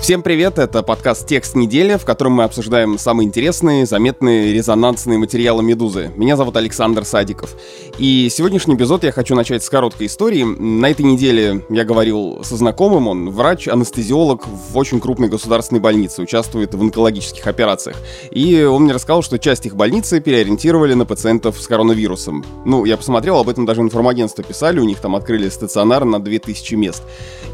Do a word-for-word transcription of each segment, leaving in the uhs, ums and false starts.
Всем привет, это подкаст «Текст недели», в котором мы обсуждаем самые интересные, заметные, резонансные материалы «Медузы». Меня зовут Александр Садиков. И сегодняшний эпизод я хочу начать с короткой истории. На этой неделе я говорил со знакомым, он врач-анестезиолог в очень крупной государственной больнице, участвует в онкологических операциях. И он мне рассказал, что часть их больницы переориентировали на пациентов с коронавирусом. Ну, я посмотрел, об этом даже информагентство писали, у них там открыли стационар на две тысячи мест.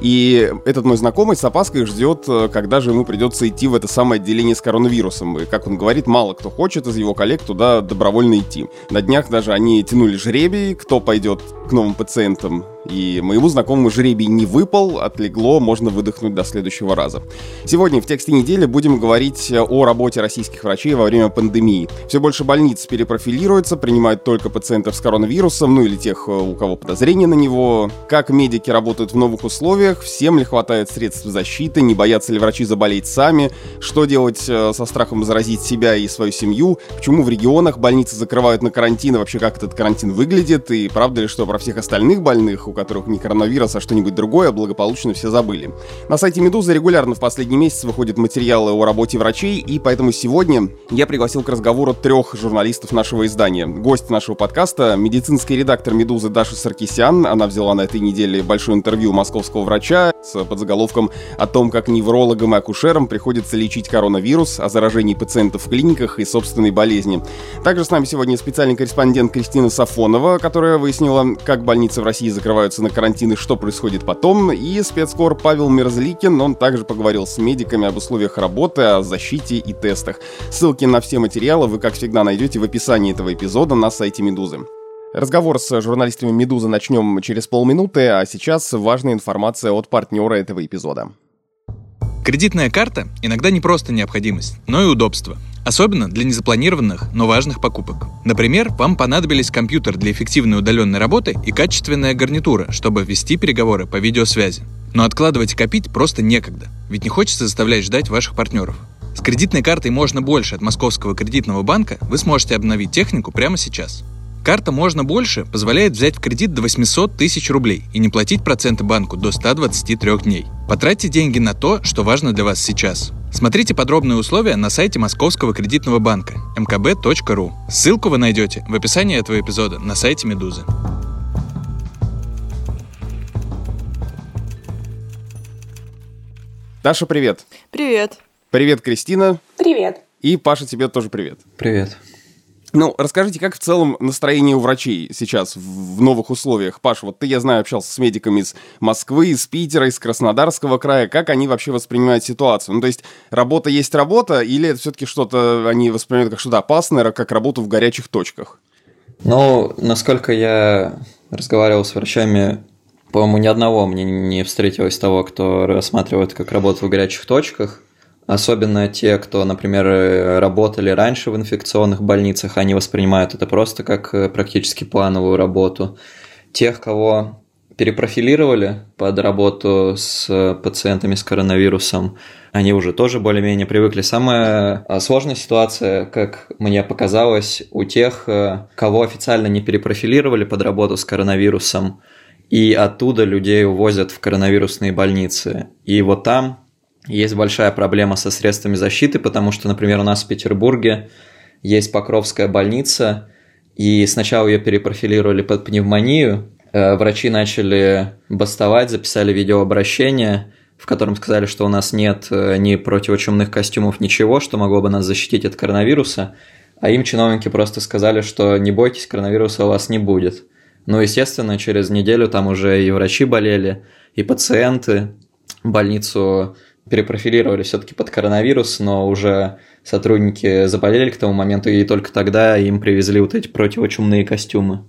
И этот мой знакомый с опаской ждет, когда же ему придется идти в это самое отделение с коронавирусом. И, как он говорит, мало кто хочет из его коллег туда добровольно идти. На днях даже они тянули жребий, кто пойдет к новым пациентам. И моему знакомому жребий не выпал, отлегло, можно выдохнуть до следующего раза. Сегодня в тексте недели будем говорить о работе российских врачей во время пандемии. Все больше больниц перепрофилируются, принимают только пациентов с коронавирусом, ну или тех, у кого подозрение на него. Как медики работают в новых условиях, всем ли хватает средств защиты, не боятся ли врачи заболеть сами, что делать со страхом заразить себя и свою семью, почему в регионах больницы закрывают на карантин, и вообще как этот карантин выглядит, и правда ли, что про всех остальных больных, у которых не коронавирус, а что-нибудь другое, благополучно все забыли. На сайте «Медузы» регулярно в последний месяц выходят материалы о работе врачей, и поэтому сегодня я пригласил к разговору трех журналистов нашего издания. Гость нашего подкаста — медицинский редактор «Медузы» Даша Саркисян. Она взяла на этой неделе большое интервью московского врача с подзаголовком о том, как неврологам и акушерам приходится лечить коронавирус, о заражении пациентов в клиниках и собственной болезни. Также с нами сегодня специальный корреспондент Кристина Сафонова, которая выяснила, как больницы в России закрываются на карантин и что происходит потом, и спецкор Павел Мерзликин, он также поговорил с медиками об условиях работы, о защите и тестах. Ссылки на все материалы вы, как всегда, найдете в описании этого эпизода на сайте «Медузы». Разговор с журналистами «Медузы» начнем через полминуты, а сейчас важная информация от партнера этого эпизода. Кредитная карта иногда не просто необходимость, но и удобство. Особенно для незапланированных, но важных покупок. Например, вам понадобились компьютер для эффективной удаленной работы и качественная гарнитура, чтобы вести переговоры по видеосвязи. Но откладывать и копить просто некогда, ведь не хочется заставлять ждать ваших партнеров. С кредитной картой «Можно больше» от Московского кредитного банка вы сможете обновить технику прямо сейчас. Карта «Можно больше» позволяет взять в кредит до восемьсот тысяч рублей и не платить проценты банку до ста двадцати трёх дней. Потратьте деньги на то, что важно для вас сейчас. Смотрите подробные условия на сайте Московского кредитного банка эм ка бэ точка ру. Ссылку вы найдете в описании этого эпизода на сайте «Медузы». Даша, привет. Привет. Привет, Кристина. Привет. И Паша, тебе тоже привет. Привет. Ну, расскажите, как в целом настроение у врачей сейчас в, в новых условиях? Паша, вот ты, я знаю, общался с медиками из Москвы, из Питера, из Краснодарского края. Как они вообще воспринимают ситуацию? Ну, то есть, работа есть работа, или это все-таки что-то они воспринимают как что-то опасное, как работу в горячих точках? Ну, насколько я разговаривал с врачами, по-моему, ни одного мне не встретилось того, кто рассматривает как работу в горячих точках. Особенно те, кто, например, работали раньше в инфекционных больницах, они воспринимают это просто как практически плановую работу. Тех, кого перепрофилировали под работу с пациентами с коронавирусом, они уже тоже более-менее привыкли. Самая сложная ситуация, как мне показалось, у тех, кого официально не перепрофилировали под работу с коронавирусом, и оттуда людей увозят в коронавирусные больницы. И вот там есть большая проблема со средствами защиты, потому что, например, у нас в Петербурге есть Покровская больница, и сначала ее перепрофилировали под пневмонию. Врачи начали бастовать, записали видеообращение, в котором сказали, что у нас нет ни противочумных костюмов, ничего, что могло бы нас защитить от коронавируса, а им чиновники просто сказали, что не бойтесь, коронавируса у вас не будет. Ну, естественно, через неделю там уже и врачи болели, и пациенты. Больницу перепрофилировали все-таки под коронавирус, но уже сотрудники заболели к тому моменту, и только тогда им привезли вот эти противочумные костюмы.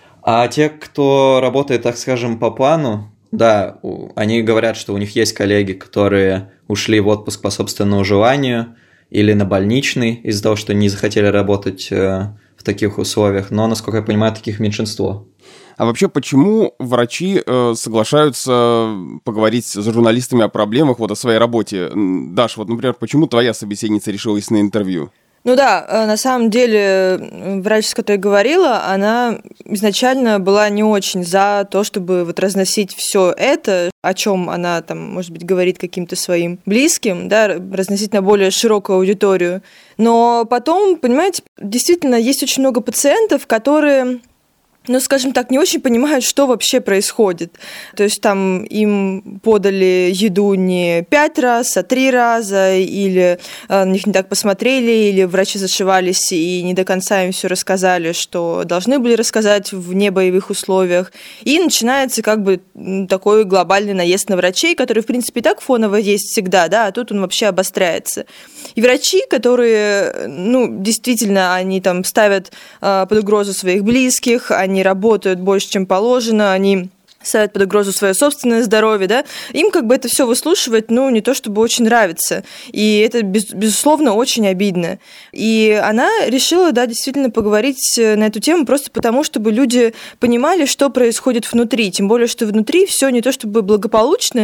А те, кто работает, так скажем, по плану, да, они говорят, что у них есть коллеги, которые ушли в отпуск по собственному желанию или на больничный из-за того, что не захотели работать в таких условиях, но, насколько я понимаю, таких меньшинство. А вообще, почему врачи э, соглашаются поговорить с журналистами о проблемах, вот о своей работе? Даш, вот, например, почему твоя собеседница решилась на интервью? Ну да, на самом деле врач, с которой я говорила, она изначально была не очень за то, чтобы вот разносить все это, о чем она там, может быть, говорит каким-то своим близким, да, разносить на более широкую аудиторию. Но потом, понимаете, действительно есть очень много пациентов, которые, ну, скажем так, не очень понимают, что вообще происходит. То есть там им подали еду не пять раз, а три раза, или на них не так посмотрели, или врачи зашивались и не до конца им все рассказали, что должны были рассказать в небоевых условиях. И начинается как бы такой глобальный наезд на врачей, который, в принципе, и так фоново есть всегда, да, а тут он вообще обостряется. И врачи, которые, ну, действительно, они там ставят э, под угрозу своих близких, они работают больше, чем положено, они ставят под угрозу свое собственное здоровье, да, им как бы это все выслушивать, ну, не то чтобы очень нравится. И это, без, безусловно, очень обидно. И она решила, да, действительно поговорить на эту тему просто потому, чтобы люди понимали, что происходит внутри. Тем более, что внутри все не то чтобы благополучно,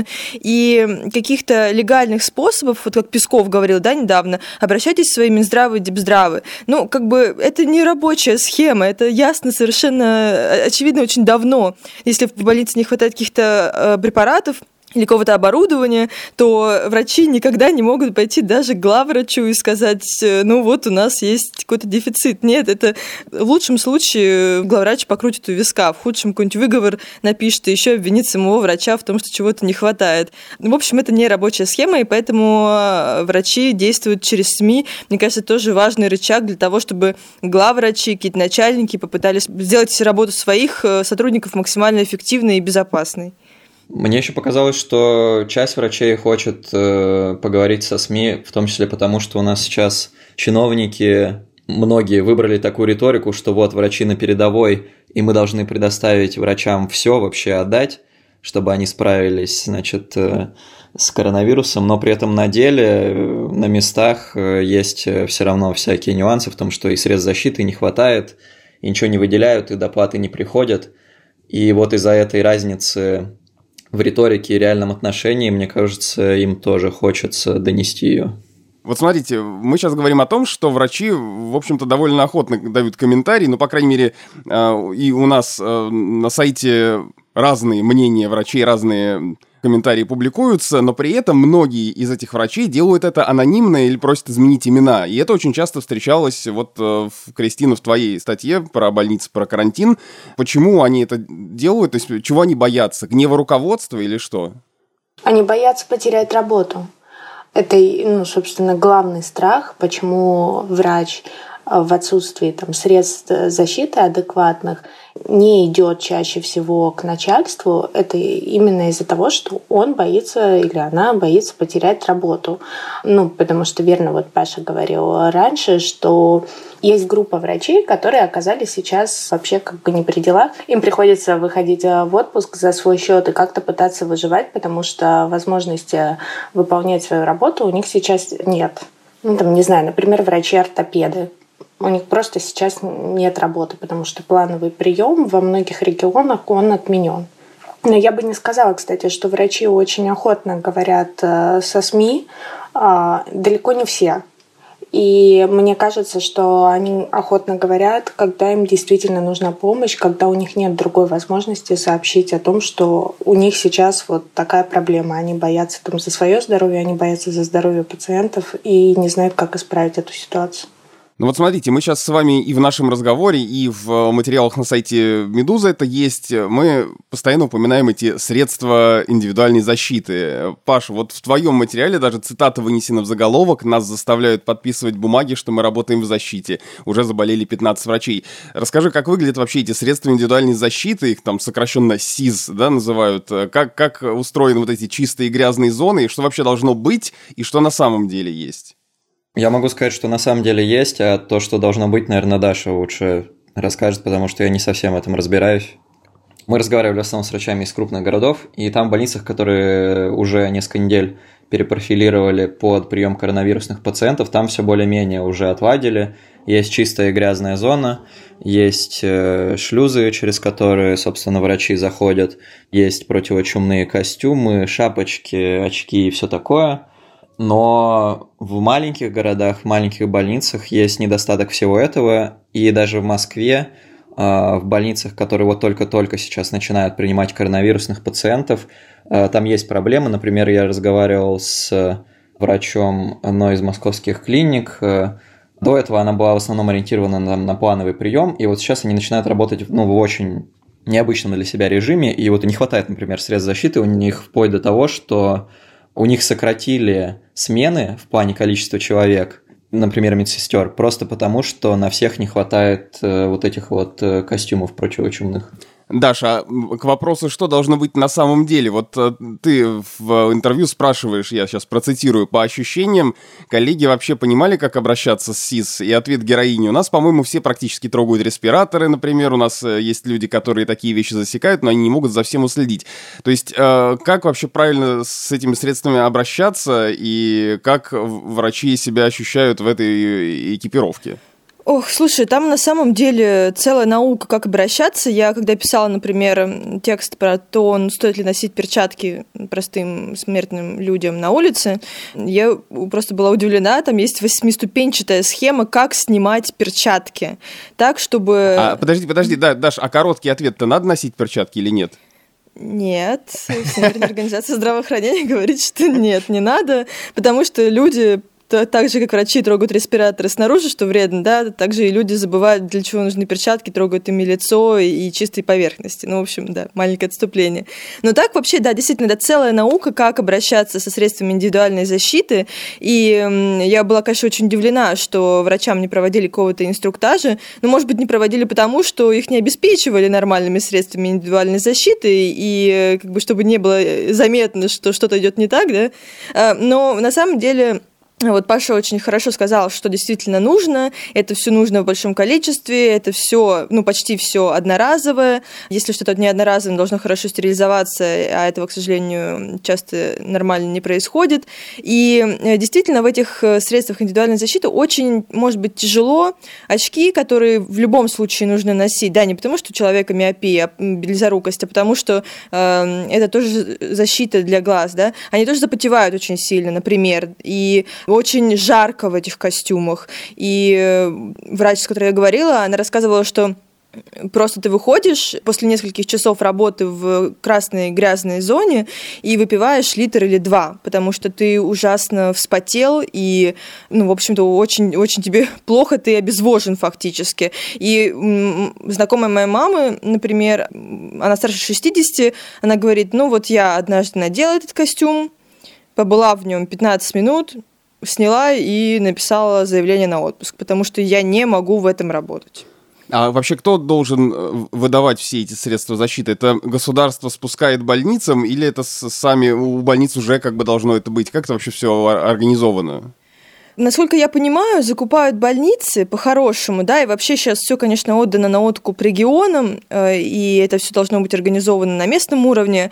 и каких-то легальных способов, вот как Песков говорил, да, недавно, обращайтесь к своим Минздравы и Депздравы. Ну, как бы это не рабочая схема, это ясно совершенно, очевидно, очень давно. Если в больнице не хватает каких-то э, препаратов или какого-то оборудования, то врачи никогда не могут пойти даже к главврачу и сказать, ну вот у нас есть какой-то дефицит. Нет, это в лучшем случае главврач покрутит у виска, в худшем какой-нибудь выговор напишет и еще обвинит самого врача в том, что чего-то не хватает. В общем, это не рабочая схема, и поэтому врачи действуют через СМИ. Мне кажется, это тоже важный рычаг для того, чтобы главврачи, какие-то начальники попытались сделать работу своих сотрудников максимально эффективной и безопасной. Мне еще показалось, что часть врачей хочет э, поговорить со СМИ, в том числе потому, что у нас сейчас чиновники, многие выбрали такую риторику, что вот врачи на передовой, и мы должны предоставить врачам все вообще отдать, чтобы они справились, значит, э, с коронавирусом, но при этом на деле, э, на местах э, есть все равно всякие нюансы в том, что и средств защиты не хватает, и ничего не выделяют, и доплаты не приходят. И вот из-за этой разницы в риторике и реальном отношении, мне кажется, им тоже хочется донести ее. Вот смотрите, мы сейчас говорим о том, что врачи, в общем-то, довольно охотно дают комментарии, ну, по крайней мере, и у нас на сайте разные мнения врачей, разные комментарии публикуются, но при этом многие из этих врачей делают это анонимно или просят изменить имена. И это очень часто встречалось, вот, Кристина, в твоей статье про больницы, про карантин. Почему они это делают? То есть чего они боятся? Гнева руководства или что? Они боятся потерять работу. Это, ну, собственно, главный страх, почему врач в отсутствии там, средств защиты адекватных не идет чаще всего к начальству. Это именно из-за того, что он боится или она боится потерять работу. Ну, потому что, верно, вот Паша говорил раньше, что есть группа врачей, которые оказались сейчас вообще как бы не при делах. Им приходится выходить в отпуск за свой счет и как-то пытаться выживать, потому что возможности выполнять свою работу у них сейчас нет. Ну, там, не знаю, например, врачи-ортопеды. У них просто сейчас нет работы, потому что плановый прием во многих регионах, он отменен. Но я бы не сказала, кстати, что врачи очень охотно говорят со СМИ, далеко не все. И мне кажется, что они охотно говорят, когда им действительно нужна помощь, когда у них нет другой возможности сообщить о том, что у них сейчас вот такая проблема. Они боятся там за свое здоровье, они боятся за здоровье пациентов и не знают, как исправить эту ситуацию. Ну вот смотрите, мы сейчас с вами и в нашем разговоре, и в материалах на сайте «Медуза» это есть, мы постоянно упоминаем эти средства индивидуальной защиты. Паша, вот в твоем материале даже цитата вынесена в заголовок: «Нас заставляют подписывать бумаги, что мы работаем в защите. Уже заболели пятнадцать врачей». Расскажи, как выглядят вообще эти средства индивидуальной защиты, их там сокращенно СИЗ, да, называют, как, как устроены вот эти чистые и грязные зоны, и что вообще должно быть, и что на самом деле есть? Я могу сказать, что на самом деле есть, а то, что должно быть, наверное, Даша лучше расскажет, потому что я не совсем в этом разбираюсь. Мы разговаривали в основном с врачами из крупных городов, и там в больницах, которые уже несколько недель перепрофилировали под прием коронавирусных пациентов, там все более-менее уже отладили. Есть чистая и грязная зона, есть шлюзы, через которые, собственно, врачи заходят, есть противочумные костюмы, шапочки, очки и все такое. Но в маленьких городах, в маленьких больницах есть недостаток всего этого, и даже в Москве, в больницах, которые вот только-только сейчас начинают принимать коронавирусных пациентов, там есть проблемы. Например, я разговаривал с врачом одной из московских клиник. До этого она была в основном ориентирована на, на плановый прием, и вот сейчас они начинают работать ну, в очень необычном для себя режиме, и вот не хватает, например, средств защиты у них вплоть до того, что у них сократили смены в плане количества человек, например, медсестер, просто потому, что на всех не хватает вот этих вот костюмов противочумных. Даша, к вопросу, что должно быть на самом деле. Вот ты в интервью спрашиваешь, я сейчас процитирую, по ощущениям, коллеги вообще понимали, как обращаться с СИЗ? И ответ героини: у нас, по-моему, все практически трогают респираторы, например, у нас есть люди, которые такие вещи засекают, но они не могут за всем уследить. То есть, как вообще правильно с этими средствами обращаться и как врачи себя ощущают в этой экипировке? Ох, слушай, там на самом деле целая наука, как обращаться. Я когда писала, например, текст про то, стоит ли носить перчатки простым смертным людям на улице, я просто была удивлена. Там есть восьмиступенчатая схема, как снимать перчатки. Так, чтобы... А, подожди, подожди, да, Даш, а короткий ответ-то надо носить перчатки или нет? Нет, Всемирная организация здравоохранения говорит, что нет, не надо, потому что люди... Так же, как врачи трогают респираторы снаружи, что вредно, да, так же и люди забывают, для чего нужны перчатки, трогают ими лицо и чистые поверхности. Ну, в общем, да, маленькое отступление. Но так вообще, да, действительно, это целая наука, как обращаться со средствами индивидуальной защиты. И я была, конечно, очень удивлена, что врачам не проводили какого-то инструктажа. Но, может быть, не проводили потому, что их не обеспечивали нормальными средствами индивидуальной защиты, и как бы чтобы не было заметно, что что-то идет не так, да. Но на самом деле... Вот Паша очень хорошо сказал, что действительно нужно. Это все нужно в большом количестве, это все, ну, почти все одноразовое. Если что-то не одноразовое, должно хорошо стерилизоваться, а этого, к сожалению, часто нормально не происходит. И действительно в этих средствах индивидуальной защиты очень, может быть, тяжело. Очки, которые в любом случае нужно носить, да, не потому что у человека миопия, близорукость, а потому что э, это тоже защита для глаз, да. Они тоже запотевают очень сильно, например, и очень жарко в этих костюмах. И врач, с которой я говорила, она рассказывала, что просто ты выходишь после нескольких часов работы в красной грязной зоне и выпиваешь литр или два, потому что ты ужасно вспотел и, ну, в общем-то, очень, очень тебе плохо, ты обезвожен фактически. И знакомая моей мамы, например, она старше шестидесяти, она говорит, ну вот я однажды надела этот костюм, побыла в нем пятнадцать минут, сняла и написала заявление на отпуск, потому что я не могу в этом работать. А вообще кто должен выдавать все эти средства защиты? Это государство спускает больницам или это сами у больниц уже как бы должно это быть? Как это вообще все организовано? Насколько я понимаю, закупают больницы по-хорошему, да, и вообще сейчас все, конечно, отдано на откуп регионам, и это все должно быть организовано на местном уровне,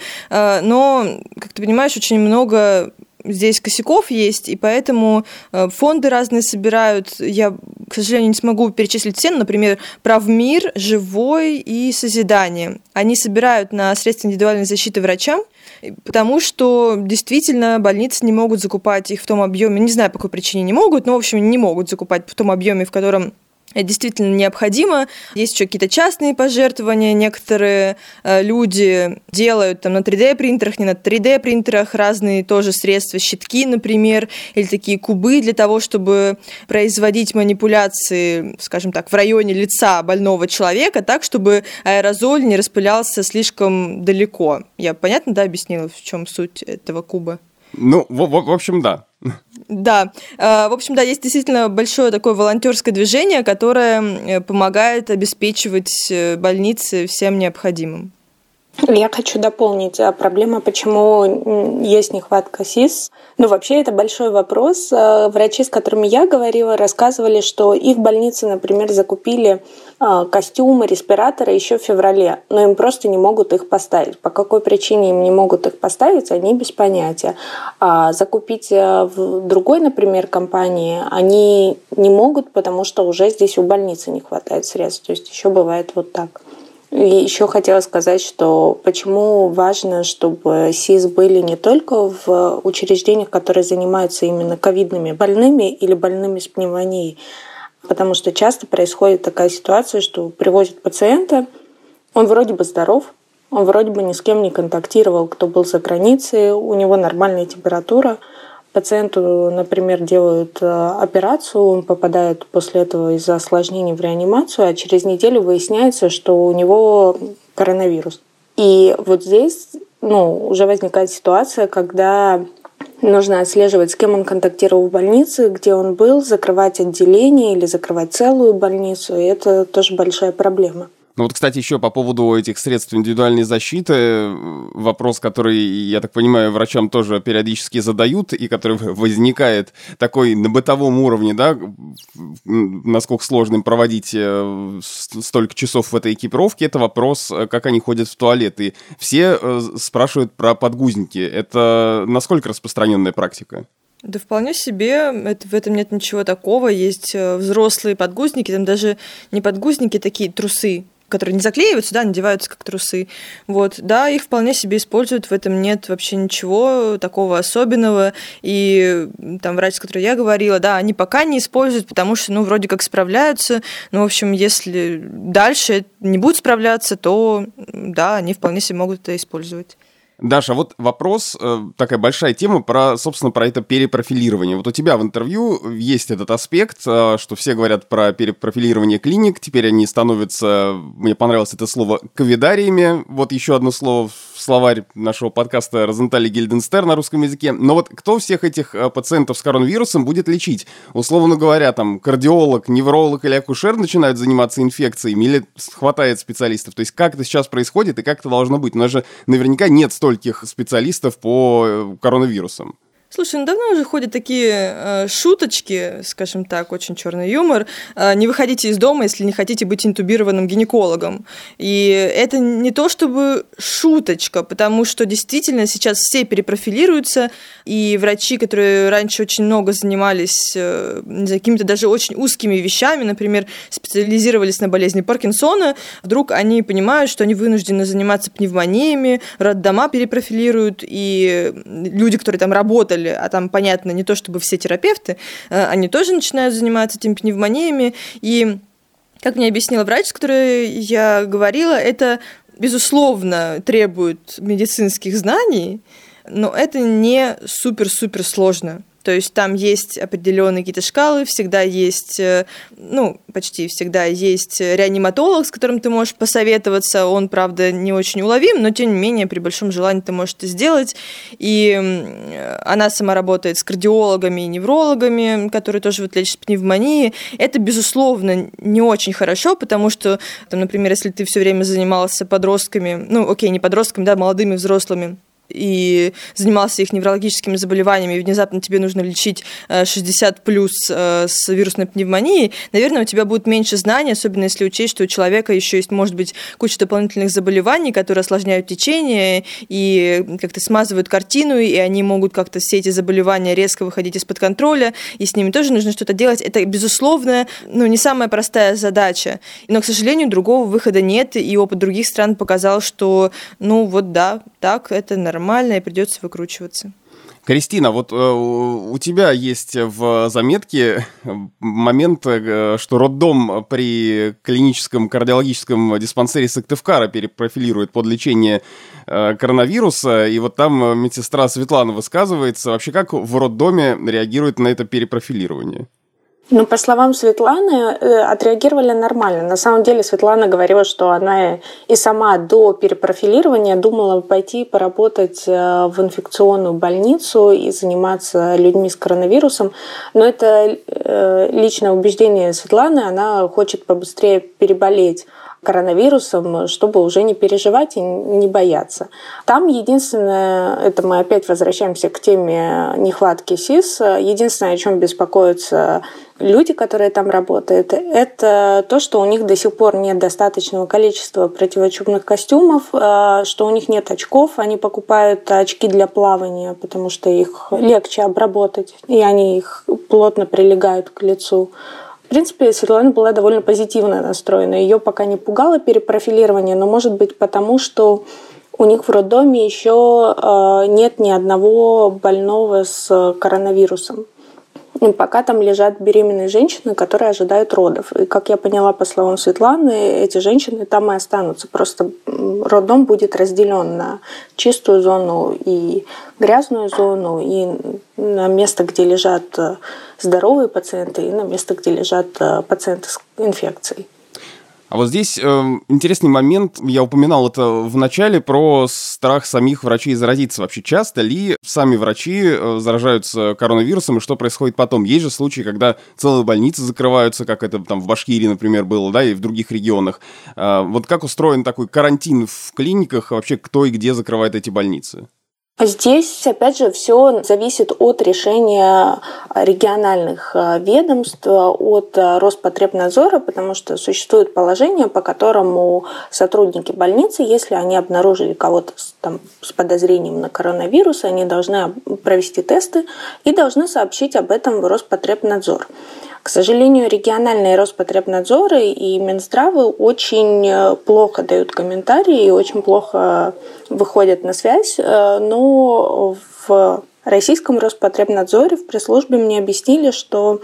но, как ты понимаешь, очень много здесь косяков есть, и поэтому фонды разные собирают. Я, к сожалению, не смогу перечислить цены. Например, Правмир, Живой и Созидание. Они собирают на средства индивидуальной защиты врачам, потому что действительно больницы не могут закупать их в том объеме. Не знаю, по какой причине не могут, но, в общем, не могут закупать в том объеме, в котором это действительно необходимо. Есть еще какие-то частные пожертвования. Некоторые э, люди делают там, на три дэ принтерах, не на три дэ принтерах разные тоже средства, щитки, например, или такие кубы для того, чтобы производить манипуляции, скажем так, в районе лица больного человека, так, чтобы аэрозоль не распылялся слишком далеко. Я понятно, да, объяснила, в чем суть этого куба? Ну, в, в, в общем, да. Да, в общем, да, есть действительно большое такое волонтерское движение, которое помогает обеспечивать больницы всем необходимым. Я хочу дополнить. Проблема, почему есть нехватка СИЗ. Ну, вообще, это большой вопрос. Врачи, с которыми я говорила, рассказывали, что их больницы, например, закупили костюмы, респираторы еще в феврале, но им просто не могут их поставить. По какой причине им не могут их поставить, они без понятия. А закупить в другой, например, компании они не могут, потому что уже здесь у больницы не хватает средств. То есть еще бывает вот так. И еще хотела сказать, что почему важно, чтобы СИЗ были не только в учреждениях, которые занимаются именно ковидными больными или больными с пневмонией. Потому что часто происходит такая ситуация, что привозят пациента, он вроде бы здоров, он вроде бы ни с кем не контактировал, кто был за границей, у него нормальная температура. Пациенту, например, делают операцию, он попадает после этого из-за осложнений в реанимацию, а через неделю выясняется, что у него коронавирус. И вот здесь ну, уже возникает ситуация, когда нужно отслеживать, с кем он контактировал в больнице, где он был, закрывать отделение или закрывать целую больницу. И это тоже большая проблема. Ну вот, кстати, еще по поводу этих средств индивидуальной защиты, вопрос, который, я так понимаю, врачам тоже периодически задают, и который возникает такой на бытовом уровне, да, насколько сложно им проводить столько часов в этой экипировке, это вопрос, как они ходят в туалет. И все спрашивают про подгузники. Это насколько распространенная практика? Да вполне себе, это, в этом нет ничего такого. Есть взрослые подгузники, там даже не подгузники, такие трусы, которые не заклеиваются, да, надеваются как трусы. Вот, да, их вполне себе используют, в этом нет вообще ничего такого особенного. И там врач, с которой я говорила, да, они пока не используют, потому что, ну, вроде как справляются. Ну, в общем, если дальше не будут справляться, то, да, они вполне себе могут это использовать. Даша, вот вопрос, такая большая тема про, собственно, про это перепрофилирование. Вот у тебя в интервью есть этот аспект, что все говорят про перепрофилирование клиник, теперь они становятся, мне понравилось это слово, ковидариями, вот еще одно слово в словарь нашего подкаста Розенталь и Гильденстern на русском языке. Но вот кто всех этих пациентов с коронавирусом будет лечить? Условно говоря, там кардиолог, невролог или акушер начинают заниматься инфекциями или хватает специалистов? То есть как это сейчас происходит и как это должно быть? У нас же наверняка нет стольких специалистов по коронавирусам. Слушай, ну давно уже ходят такие э, шуточки, скажем так, очень черный юмор. Э, не выходите из дома, если не хотите быть интубированным гинекологом. И это не то чтобы шуточка, потому что действительно сейчас все перепрофилируются, и врачи, которые раньше очень много занимались э, не знаю, какими-то даже очень узкими вещами, например, специализировались на болезни Паркинсона, вдруг они понимают, что они вынуждены заниматься пневмониями, роддома перепрофилируют, и люди, которые там работали, а там, понятно, не то чтобы все терапевты, они тоже начинают заниматься этими пневмониями. И, как мне объяснила врач, с которой я говорила, это, безусловно, требует медицинских знаний, но это не супер-супер сложно. То есть там есть определенные какие-то шкалы, всегда есть, ну, почти всегда есть реаниматолог, с которым ты можешь посоветоваться. Он, правда, не очень уловим, но, тем не менее, при большом желании ты можешь это сделать. И она сама работает с кардиологами и неврологами, которые тоже вот лечат пневмонии. Это, безусловно, не очень хорошо, потому что, там, например, если ты все время занимался подростками, ну, окей, не подростками, да, молодыми взрослыми, и занимался их неврологическими заболеваниями, и внезапно тебе нужно лечить шестьдесят плюс с вирусной пневмонией, наверное, у тебя будет меньше знаний, особенно если учесть, что у человека еще есть, может быть, куча дополнительных заболеваний, которые осложняют течение и как-то смазывают картину, и они могут как-то все эти заболевания резко выходить из-под контроля, и с ними тоже нужно что-то делать. Это, безусловно, ну, не самая простая задача. Но, к сожалению, другого выхода нет, и опыт других стран показал, что, ну, вот да, так, это нормально. Нормально, и придется выкручиваться. Кристина, вот э, у тебя есть в заметке момент, э, что роддом при клиническом кардиологическом диспансере Сыктывкара перепрофилирует под лечение э, коронавируса, и вот там медсестра Светлана высказывается. Вообще, как в роддоме реагирует на это перепрофилирование? Ну, по словам Светланы, отреагировали нормально. На самом деле Светлана говорила, что она и сама до перепрофилирования думала пойти поработать в инфекционную больницу и заниматься людьми с коронавирусом. Но это личное убеждение Светланы, она хочет побыстрее переболеть коронавирусом, чтобы уже не переживать и не бояться. Там единственное, это мы опять возвращаемся к теме нехватки СИЗ, единственное, о чем беспокоятся люди, которые там работают, это то, что у них до сих пор нет достаточного количества противочумных костюмов, что у них нет очков, они покупают очки для плавания, потому что их легче обработать, и они их плотно прилегают к лицу. В принципе, Светлана была довольно позитивно настроена. Ее пока не пугало перепрофилирование, но, может быть, потому что у них в роддоме еще нет ни одного больного с коронавирусом. И пока там лежат беременные женщины, которые ожидают родов. И, как я поняла по словам Светланы, эти женщины там и останутся. Просто роддом будет разделен на чистую зону и грязную зону, и на место, где лежат здоровые пациенты, и на место, где лежат пациенты с инфекцией. А вот здесь э, интересный момент, я упоминал это в начале, про страх самих врачей заразиться. Вообще часто ли сами врачи э, заражаются коронавирусом, и что происходит потом? Есть же случаи, когда целые больницы закрываются, как это там в Башкирии, например, было, да, и в других регионах. Э, вот как устроен такой карантин в клиниках, вообще кто и где закрывает эти больницы? Здесь, опять же, все зависит от решения региональных ведомств, от Роспотребнадзора, потому что существует положение, по которому сотрудники больницы, если они обнаружили кого-то там с подозрением на коронавирус, они должны провести тесты и должны сообщить об этом в Роспотребнадзор. К сожалению, региональные Роспотребнадзоры и Минздравы очень плохо дают комментарии и очень плохо выходят на связь, но в российском Роспотребнадзоре в пресс-службе мне объяснили, что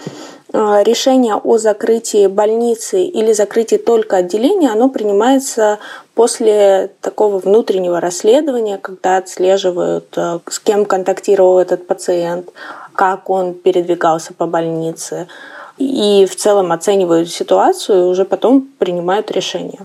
решение о закрытии больницы или закрытии только отделения, оно принимается после такого внутреннего расследования, когда отслеживают, с кем контактировал этот пациент, как он передвигался по больнице, и в целом оценивают ситуацию и уже потом принимают решение.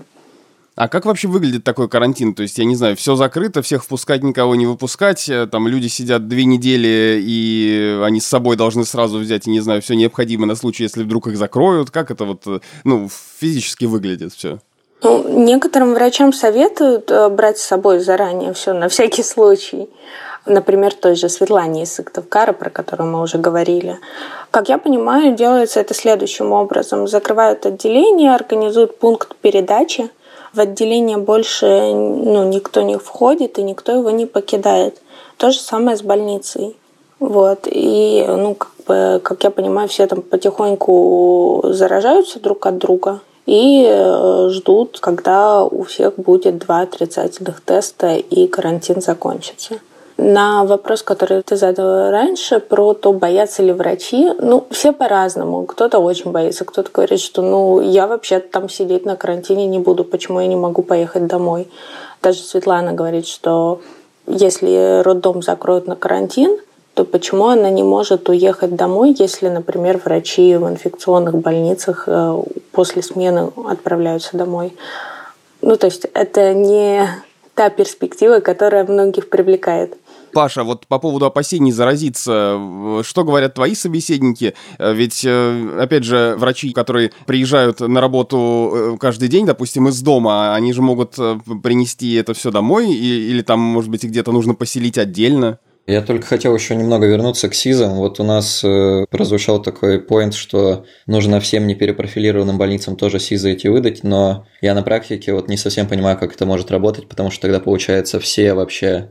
А как вообще выглядит такой карантин? То есть, я не знаю, все закрыто, всех впускать, никого не выпускать, там люди сидят две недели, и они с собой должны сразу взять, не знаю, все необходимое на случай, если вдруг их закроют. Как это вот, ну, физически выглядит все? Ну, некоторым врачам советуют брать с собой заранее все на всякий случай. Например, той же Светлане из Сыктывкара, про которую мы уже говорили. Как я понимаю, делается это следующим образом. Закрывают отделение, организуют пункт передачи. В отделение больше ну, никто не входит, и никто его не покидает. То же самое с больницей. Вот. И, ну, как бы, как я понимаю, все там потихоньку заражаются друг от друга и ждут, когда у всех будет два отрицательных теста и карантин закончится. На вопрос, который ты задала раньше, про то, боятся ли врачи, ну, все по-разному. Кто-то очень боится, кто-то говорит, что ну, я вообще там сидеть на карантине не буду, почему я не могу поехать домой. Даже Светлана говорит, что если роддом закроют на карантин, то почему она не может уехать домой, если, например, врачи в инфекционных больницах после смены отправляются домой. Ну, то есть это не та перспектива, которая многих привлекает. Паша, вот по поводу опасений заразиться, что говорят твои собеседники? Ведь, опять же, врачи, которые приезжают на работу каждый день, допустим, из дома, они же могут принести это все домой, или там, может быть, где-то нужно поселить отдельно? Я только хотел еще немного вернуться к СИЗам. Вот у нас э, прозвучал такой поинт, что нужно всем неперепрофилированным больницам тоже СИЗы эти выдать, но я на практике вот не совсем понимаю, как это может работать, потому что тогда, получается, все вообще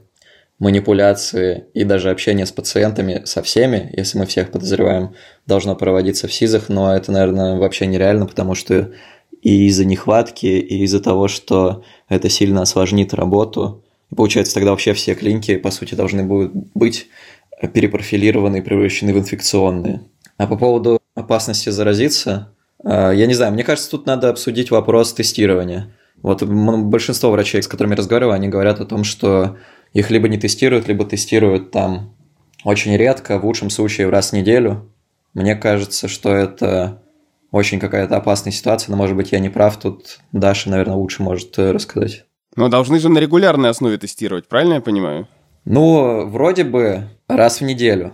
манипуляции и даже общение с пациентами, со всеми, если мы всех подозреваем, должно проводиться в СИЗах, но это, наверное, вообще нереально, потому что и из-за нехватки, и из-за того, что это сильно осложнит работу. И получается, тогда вообще все клиники, по сути, должны будут быть перепрофилированы и превращены в инфекционные. А по поводу опасности заразиться, я не знаю, мне кажется, тут надо обсудить вопрос тестирования. Вот большинство врачей, с которыми я разговариваю, они говорят о том, что их либо не тестируют, либо тестируют там очень редко, в лучшем случае раз в неделю. Мне кажется, что это очень какая-то опасная ситуация, но, может быть, я не прав, тут Даша, наверное, лучше может рассказать. Но должны же на регулярной основе тестировать, правильно я понимаю? Ну, вроде бы раз в неделю,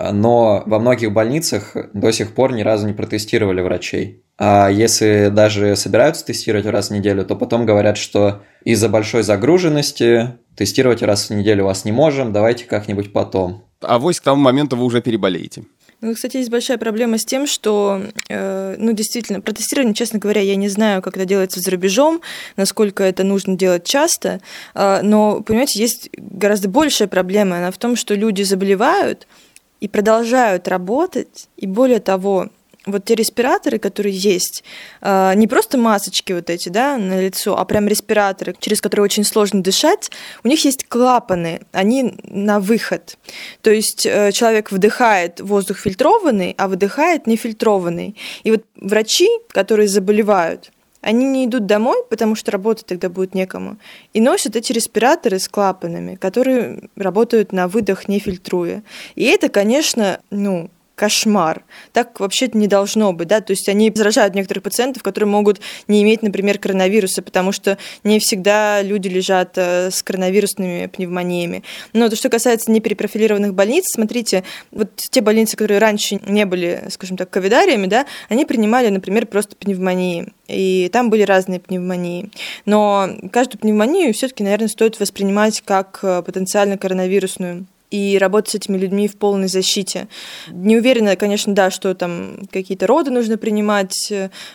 но во многих больницах до сих пор ни разу не протестировали врачей. А если даже собираются тестировать раз в неделю, то потом говорят, что из-за большой загруженности тестировать раз в неделю вас не можем, давайте как-нибудь потом. А вось к тому моменту вы уже переболеете. Ну, кстати, есть большая проблема с тем, что, э, ну, действительно, про тестирование, честно говоря, я не знаю, как это делается за рубежом, насколько это нужно делать часто, э, но, понимаете, есть гораздо большая проблема, она в том, что люди заболевают и продолжают работать, и более того, вот те респираторы, которые есть, не просто масочки вот эти, да, на лицо, а прям респираторы, через которые очень сложно дышать, у них есть клапаны, они на выход. То есть человек вдыхает воздух фильтрованный, а выдыхает нефильтрованный. И вот врачи, которые заболевают, они не идут домой, потому что работать тогда будет некому, и носят эти респираторы с клапанами, которые работают на выдох, не фильтруя. И это, конечно, ну, кошмар. Так вообще-то не должно быть, да, то есть они заражают некоторых пациентов, которые могут не иметь, например, коронавируса, потому что не всегда люди лежат с коронавирусными пневмониями. Но то, что касается неперепрофилированных больниц, смотрите, вот те больницы, которые раньше не были, скажем так, ковидариями, да, они принимали, например, просто пневмонии, и там были разные пневмонии. Но каждую пневмонию все-таки, наверное, стоит воспринимать как потенциально коронавирусную и работать с этими людьми в полной защите. Не уверена, конечно, да, что там какие-то роды нужно принимать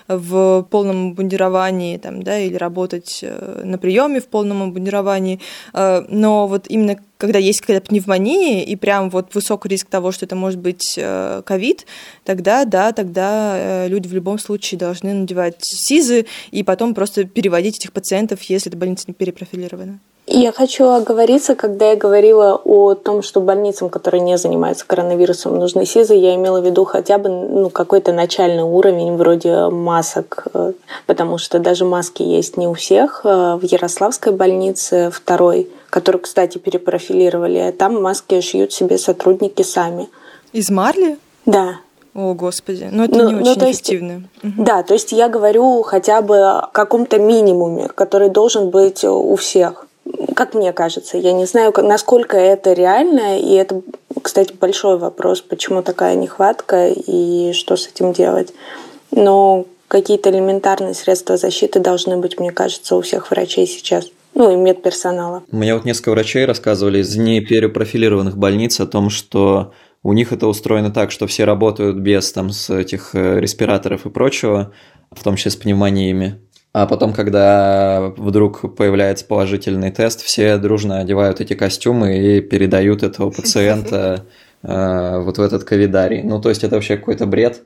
в полном обмундировании, там, да, или работать на приеме в полном обмундировании, но вот именно когда есть какая-то пневмония и прям вот высокий риск того, что это может быть ковид, тогда, да, тогда люди в любом случае должны надевать СИЗы и потом просто переводить этих пациентов, если эта больница не перепрофилирована. Я хочу оговориться, когда я говорила о том, что больницам, которые не занимаются коронавирусом, нужны СИЗы, я имела в виду хотя бы ну, какой-то начальный уровень вроде масок, потому что даже маски есть не у всех. В Ярославской больнице второй, которую, кстати, перепрофилировали, там маски шьют себе сотрудники сами. Из марли? Да. О, Господи, ну это ну, не ну, очень то есть, эффективно. Да, то есть я говорю хотя бы о каком-то минимуме, который должен быть у всех. Как мне кажется, я не знаю, насколько это реально, и это, кстати, большой вопрос, почему такая нехватка и что с этим делать. Но какие-то элементарные средства защиты должны быть, мне кажется, у всех врачей сейчас, ну и медперсонала. Мне вот несколько врачей рассказывали из неперепрофилированных больниц о том, что у них это устроено так, что все работают без там, с этих респираторов и прочего, в том числе с пневмониями. А потом, когда вдруг появляется положительный тест, все дружно одевают эти костюмы и передают этого пациента э, вот в этот ковидарий. Ну, то есть это вообще какой-то бред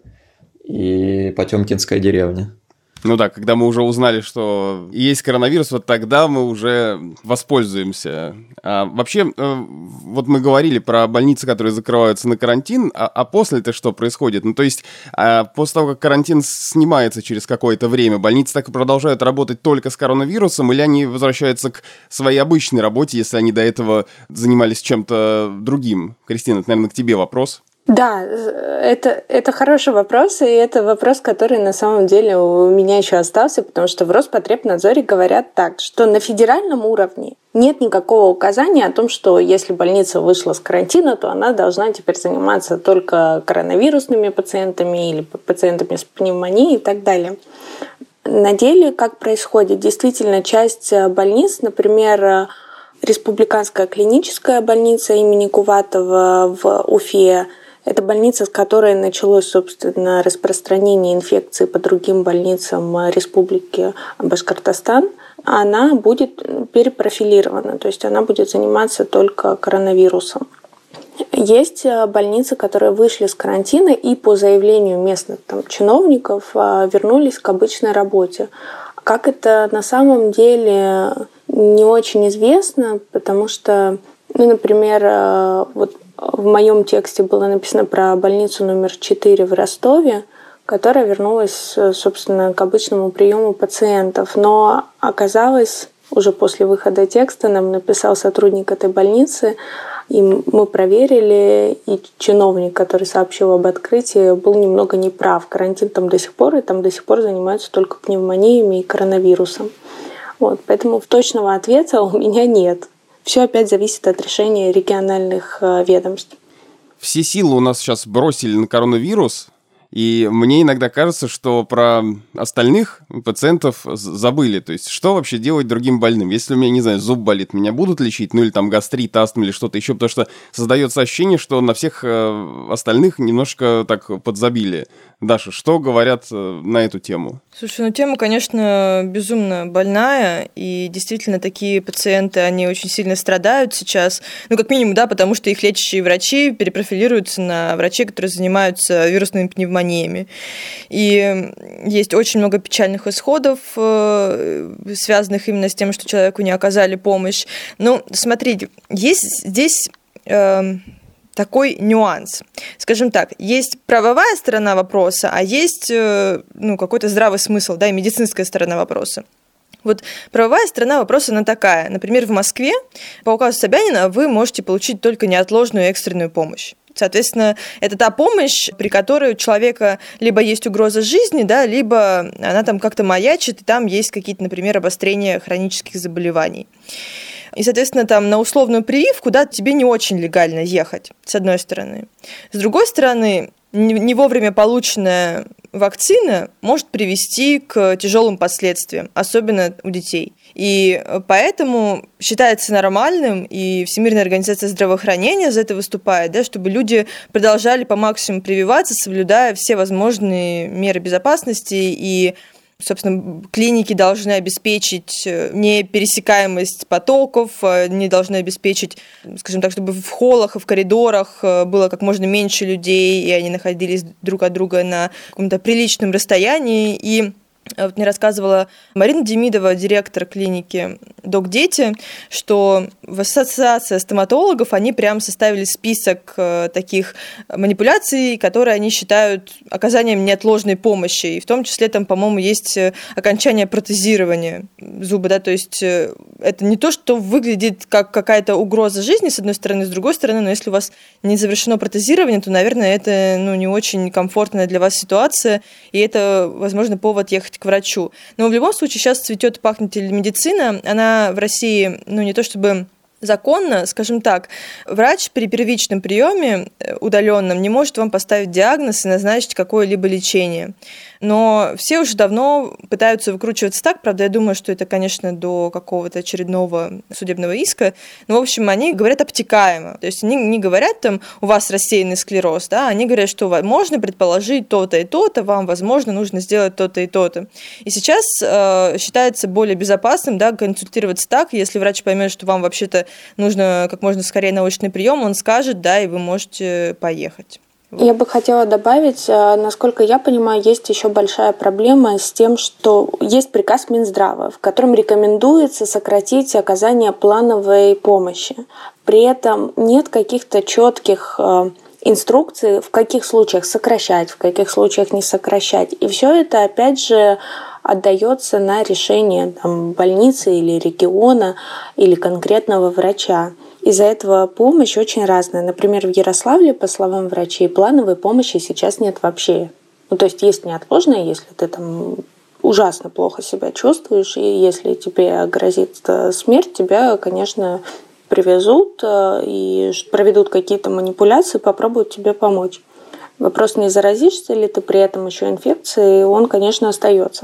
и потемкинская деревня. Ну да, когда мы уже узнали, что есть коронавирус, вот тогда мы уже воспользуемся. А вообще, вот мы говорили про больницы, которые закрываются на карантин, а, а после-то что происходит? Ну то есть а после того, как карантин снимается через какое-то время, больницы так и продолжают работать только с коронавирусом, или они возвращаются к своей обычной работе, если они до этого занимались чем-то другим? Кристина, это, наверное, к тебе вопрос. Да, это, это хороший вопрос, и это вопрос, который на самом деле у меня еще остался, потому что в Роспотребнадзоре говорят так, что на федеральном уровне нет никакого указания о том, что если больница вышла с карантина, то она должна теперь заниматься только коронавирусными пациентами или пациентами с пневмонией и так далее. На деле, как происходит? Действительно, часть больниц, например, Республиканская клиническая больница имени Куватова в Уфе, это больница, с которой началось, собственно, распространение инфекции по другим больницам Республики Башкортостан. Она будет перепрофилирована, то есть она будет заниматься только коронавирусом. Есть больницы, которые вышли с карантина и по заявлению местных там, чиновников вернулись к обычной работе. Как это на самом деле не очень известно, потому что, ну, например, вот в моем тексте было написано про больницу номер четыре в Ростове, которая вернулась, собственно, к обычному приему пациентов. Но оказалось, уже после выхода текста нам написал сотрудник этой больницы, и мы проверили, и чиновник, который сообщил об открытии, был немного неправ. Карантин там до сих пор, и там до сих пор занимаются только пневмониями и коронавирусом. Вот, поэтому точного ответа у меня нет. Все опять зависит от решения региональных ведомств. Все силы у нас сейчас бросили на коронавирус, и мне иногда кажется, что про остальных пациентов забыли. То есть, что вообще делать другим больным? Если у меня, не знаю, зуб болит, меня будут лечить? Ну, или там гастрит, астма, или что-то еще. Потому что создается ощущение, что на всех остальных немножко так подзабили. Даша, что говорят на эту тему? Слушай, ну тема, конечно, безумно больная, и действительно такие пациенты, они очень сильно страдают сейчас, ну как минимум, да, потому что их лечащие врачи перепрофилируются на врачей, которые занимаются вирусными пневмониями, пневмониями. И есть очень много печальных исходов, связанных именно с тем, что человеку не оказали помощь. Ну, смотрите, есть здесь э, такой нюанс. Скажем так, есть правовая сторона вопроса, а есть э, ну, какой-то здравый смысл, да, и медицинская сторона вопроса. Вот правовая сторона вопроса, она такая. Например, в Москве по указу Собянина вы можете получить только неотложную экстренную помощь. Соответственно, это та помощь, при которой у человека либо есть угроза жизни, да, либо она там как-то маячит, и там есть какие-то, например, обострения хронических заболеваний. И, соответственно, там на условную прививку, да, тебе не очень легально ехать, с одной стороны. С другой стороны, не вовремя полученная вакцина может привести к тяжелым последствиям, особенно у детей. И поэтому считается нормальным, и Всемирная организация здравоохранения за это выступает, да, чтобы люди продолжали по максимуму прививаться, соблюдая все возможные меры безопасности, и собственно, клиники должны обеспечить непересекаемость потоков, не должны обеспечить, скажем так, чтобы в холлах и в коридорах было как можно меньше людей, и они находились друг от друга на каком-то приличном расстоянии. И вот мне рассказывала Марина Демидова, директор клиники «Док-Дети», что в ассоциации стоматологов они прям составили список таких манипуляций, которые они считают оказанием неотложной помощи. И в том числе там, по-моему, есть окончание протезирования зуба. Да? То есть это не то, что выглядит как какая-то угроза жизни, с одной стороны, с другой стороны, но если у вас не завершено протезирование, то, наверное, это ну, не очень комфортная для вас ситуация, и это, возможно, повод ехать к врачу. Но в любом случае сейчас цветет и пахнет телемедицина. Она в России, ну, не то чтобы законно, скажем так, врач при первичном приеме удаленном не может вам поставить диагноз и назначить какое-либо лечение. Но все уже давно пытаются выкручиваться так, правда, я думаю, что это, конечно, до какого-то очередного судебного иска, но, в общем, они говорят обтекаемо. То есть они не говорят, там, у вас рассеянный склероз, да, они говорят, что можно предположить то-то и то-то, вам, возможно, нужно сделать то-то и то-то. И сейчас э, считается более безопасным, да, консультироваться так, если врач поймет, что вам вообще-то нужно как можно скорее научный прием, он скажет, да, и вы можете поехать. Я бы хотела добавить, насколько я понимаю, есть еще большая проблема с тем, что есть приказ Минздрава, в котором рекомендуется сократить оказание плановой помощи. При этом нет каких-то четких инструкций, в каких случаях сокращать, в каких случаях не сокращать. И все это, опять же, отдается на решение там, больницы или региона или конкретного врача. Из-за этого помощь очень разная. Например, в Ярославле, по словам врачей, плановой помощи сейчас нет вообще. Ну, то есть есть неотложная, если ты там ужасно плохо себя чувствуешь, и если тебе грозит смерть, тебя, конечно, привезут и проведут какие-то манипуляции, попробуют тебе помочь. Вопрос, не заразишься ли ты при этом еще инфекцией, он, конечно, остается.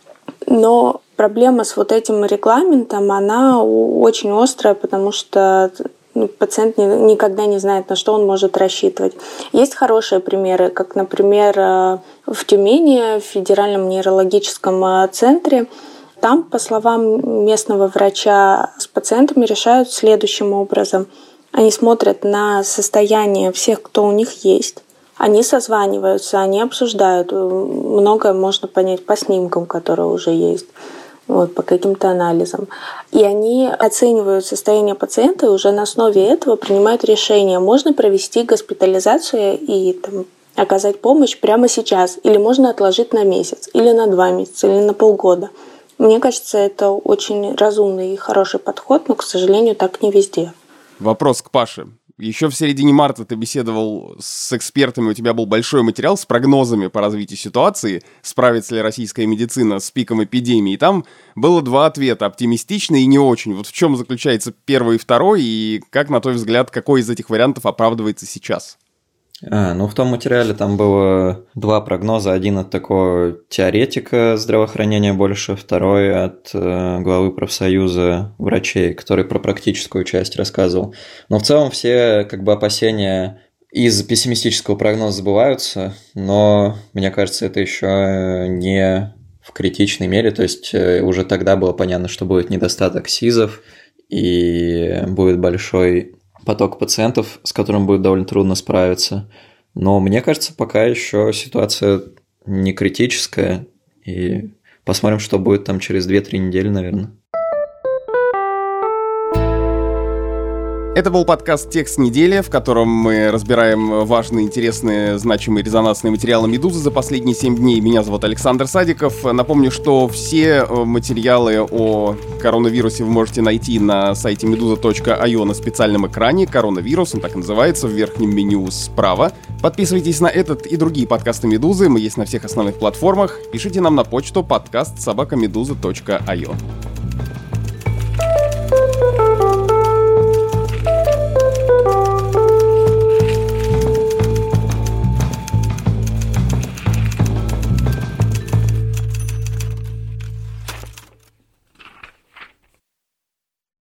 Но проблема с вот этим регламентом, она очень острая, потому что пациент никогда не знает, на что он может рассчитывать. Есть хорошие примеры, как, например, в Тюмени, в Федеральном нейрологическом центре. Там, по словам местного врача, с пациентами решают следующим образом. Они смотрят на состояние всех, кто у них есть. Они созваниваются, они обсуждают. Многое можно понять по снимкам, которые уже есть, вот, по каким-то анализам. И они оценивают состояние пациента и уже на основе этого принимают решение, можно провести госпитализацию и там, оказать помощь прямо сейчас, или можно отложить на месяц, или на два месяца, или на полгода. Мне кажется, это очень разумный и хороший подход, но, к сожалению, так не везде. Вопрос к Паше. Еще в середине марта ты беседовал с экспертами, у тебя был большой материал с прогнозами по развитию ситуации, справится ли российская медицина с пиком эпидемии. И там было два ответа, оптимистичный и не очень. Вот в чем заключается первый и второй, и как, на твой взгляд, какой из этих вариантов оправдывается сейчас? А, ну, в том материале там было два прогноза. Один от такого теоретика здравоохранения больше, второй от э, главы профсоюза врачей, который про практическую часть рассказывал. Но в целом все как бы опасения из пессимистического прогноза сбываются, но мне кажется, это еще не в критичной мере. То есть уже тогда было понятно, что будет недостаток СИЗов и будет большой поток пациентов, с которым будет довольно трудно справиться. Но мне кажется, пока еще ситуация не критическая, и посмотрим, что будет там через две-три недели, наверное. Это был подкаст «Текст недели», в котором мы разбираем важные, интересные, значимые, резонансные материалы «Медузы» за последние семь дней. Меня зовут Александр Садиков. Напомню, что все материалы о коронавирусе вы можете найти на сайте медуза точка ай о на специальном экране. Коронавирус, он так и называется, в верхнем меню справа. Подписывайтесь на этот и другие подкасты «Медузы». Мы есть на всех основных платформах. Пишите нам на почту подкаст собака медуза точка ай о.